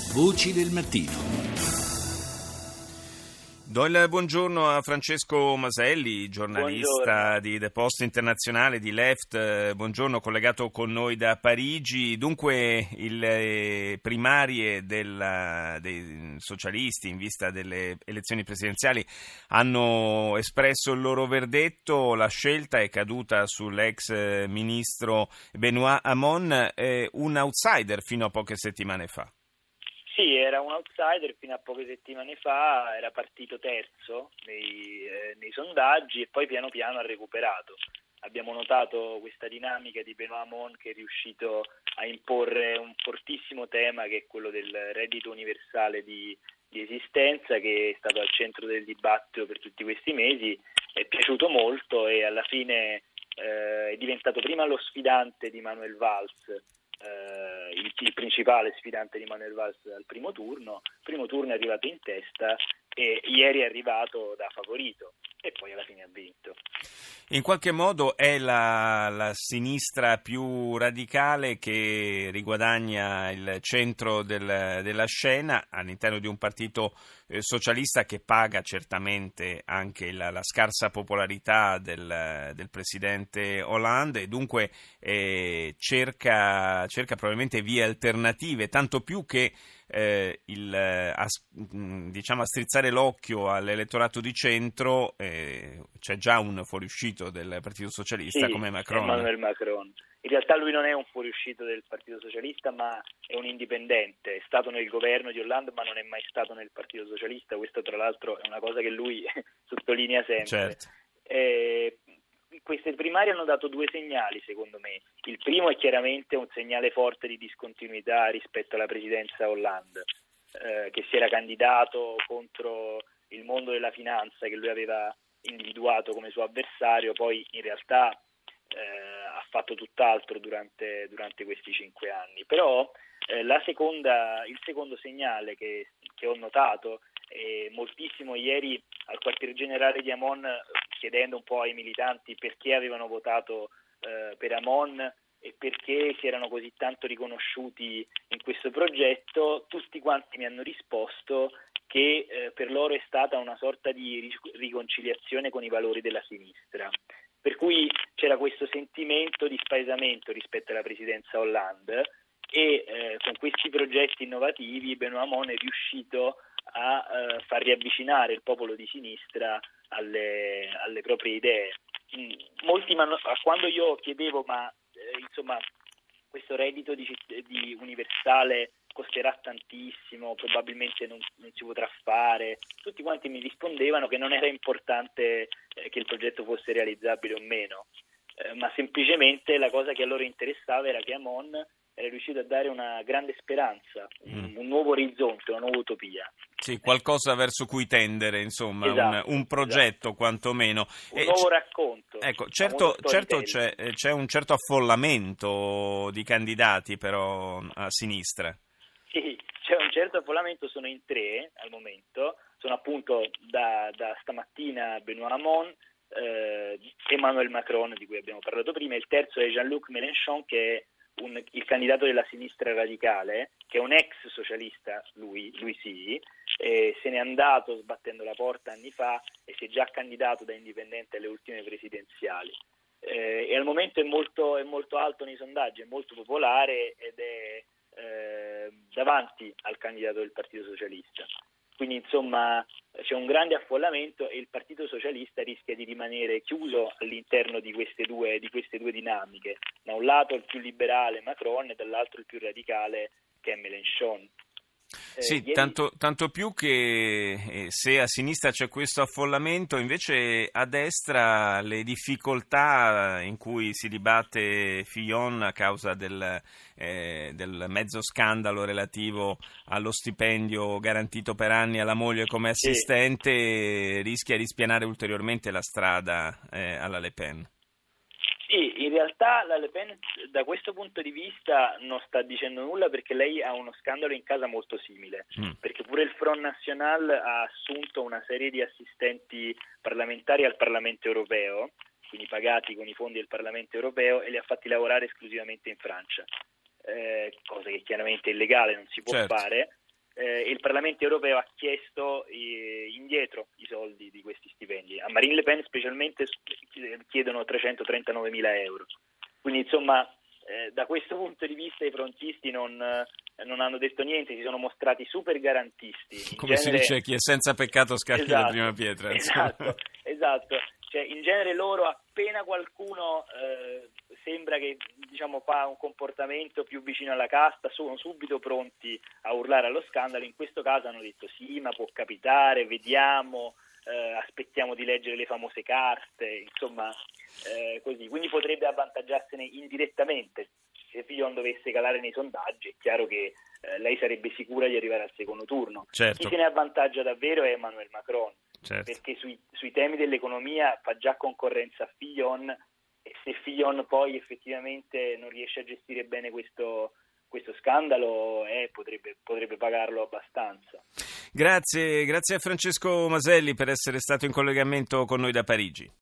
Voci del mattino. Do il buongiorno a Francesco Maselli, giornalista Buongiorno. di The Post Internazionale, di Left. Buongiorno, collegato con noi da Parigi. Dunque, le primarie dei socialisti in vista delle elezioni presidenziali hanno espresso il loro verdetto. La scelta è caduta sull'ex ministro Benoît Hamon, un outsider fino a poche settimane fa. Sì, era un outsider fino a poche settimane fa, era partito terzo nei sondaggi e poi piano piano ha recuperato. Abbiamo notato questa dinamica di Benoît Hamon che è riuscito a imporre un fortissimo tema, che è quello del reddito universale di esistenza, che è stato al centro del dibattito per tutti questi mesi. È piaciuto molto e alla fine è diventato prima lo sfidante di Manuel Valls, il principale sfidante di Manuel Valls al primo turno. Il primo turno è arrivato in testa e ieri è arrivato da favorito e poi alla fine ha vinto. In qualche modo è la sinistra più radicale che riguadagna il centro della scena all'interno di un partito socialista che paga certamente anche la scarsa popolarità del presidente Hollande e dunque cerca probabilmente vie alternative, tanto più che a strizzare l'occhio all'elettorato di centro c'è già un fuoriuscito del Partito Socialista, sì, come Macron. Emmanuel Macron. In realtà lui non è un fuoriuscito del Partito Socialista, ma è un indipendente. È stato nel governo di Hollande, ma non è mai stato nel Partito Socialista. Questo tra l'altro è una cosa che lui sottolinea sempre. Certo. Queste primarie hanno dato due segnali, secondo me. Il primo è chiaramente un segnale forte di discontinuità rispetto alla presidenza Hollande, che si era candidato contro il mondo della finanza che lui aveva individuato come suo avversario, poi in realtà ha fatto tutt'altro durante questi 5 anni. Però il secondo segnale che ho notato moltissimo ieri al quartier generale di Hamon, chiedendo un po' ai militanti perché avevano votato per Hamon e perché si erano così tanto riconosciuti in questo progetto, tutti quanti mi hanno risposto che per loro è stata una sorta di riconciliazione con i valori della sinistra. Per cui c'era questo sentimento di spaesamento rispetto alla presidenza Hollande e con questi progetti innovativi Benoît Hamon è riuscito a far riavvicinare il popolo di sinistra alle proprie idee. Molti quando io chiedevo questo reddito di universale costerà tantissimo, probabilmente non si potrà fare, tutti quanti mi rispondevano che non era importante che il progetto fosse realizzabile o meno, ma semplicemente la cosa che a loro interessava era che Hamon era riuscito a dare una grande speranza, un nuovo orizzonte, una nuova utopia. Sì, qualcosa verso cui tendere, insomma, esatto, un progetto esatto. quanto-meno. Un nuovo racconto. Ecco, certo c'è un certo affollamento di candidati però a sinistra. Sì, c'è un certo affollamento, sono in 3 al momento, sono appunto da stamattina Benoît Hamon, Emmanuel Macron di cui abbiamo parlato prima, il terzo è Jean-Luc Mélenchon che è il candidato della sinistra radicale, che è un ex socialista, lui sì, se n'è andato sbattendo la porta anni fa e si è già candidato da indipendente alle ultime presidenziali. E al momento è molto alto nei sondaggi, è molto popolare ed è davanti al candidato del Partito Socialista. Quindi insomma c'è un grande affollamento e il Partito Socialista rischia di rimanere chiuso all'interno di queste due dinamiche. Da un lato il più liberale Macron e dall'altro il più radicale che è Mélenchon. Sì, tanto più che se a sinistra c'è questo affollamento, invece a destra le difficoltà in cui si dibatte Fillon a causa del mezzo scandalo relativo allo stipendio garantito per anni alla moglie come assistente rischia di spianare ulteriormente la strada alla Le Pen. Sì, in realtà la Le Pen da questo punto di vista non sta dicendo nulla perché lei ha uno scandalo in casa molto simile, perché pure il Front National ha assunto una serie di assistenti parlamentari al Parlamento europeo, quindi pagati con i fondi del Parlamento europeo, e li ha fatti lavorare esclusivamente in Francia, cosa che chiaramente è illegale, non si può fare. il Parlamento europeo ha chiesto indietro i soldi di questi stipendi. A Marine Le Pen specialmente chiedono 339.000 euro. Quindi insomma, da questo punto di vista i frontisti non hanno detto niente, si sono mostrati super garantisti. Come si dice, chi è senza peccato scarica la prima pietra. Esatto. Cioè, in genere loro, appena qualcuno sembra che fa un comportamento più vicino alla casta, sono subito pronti a urlare allo scandalo. In questo caso hanno detto sì, ma può capitare, vediamo, aspettiamo di leggere le famose carte, insomma così. Quindi potrebbe avvantaggiarsene indirettamente. Se Fillon dovesse calare nei sondaggi, è chiaro che lei sarebbe sicura di arrivare al secondo turno. Certo. Chi se ne avvantaggia davvero è Emmanuel Macron. Certo. Perché sui temi dell'economia fa già concorrenza a Fillon, e se Fillon poi effettivamente non riesce a gestire bene questo scandalo, potrebbe pagarlo abbastanza. Grazie a Francesco Maselli per essere stato in collegamento con noi da Parigi.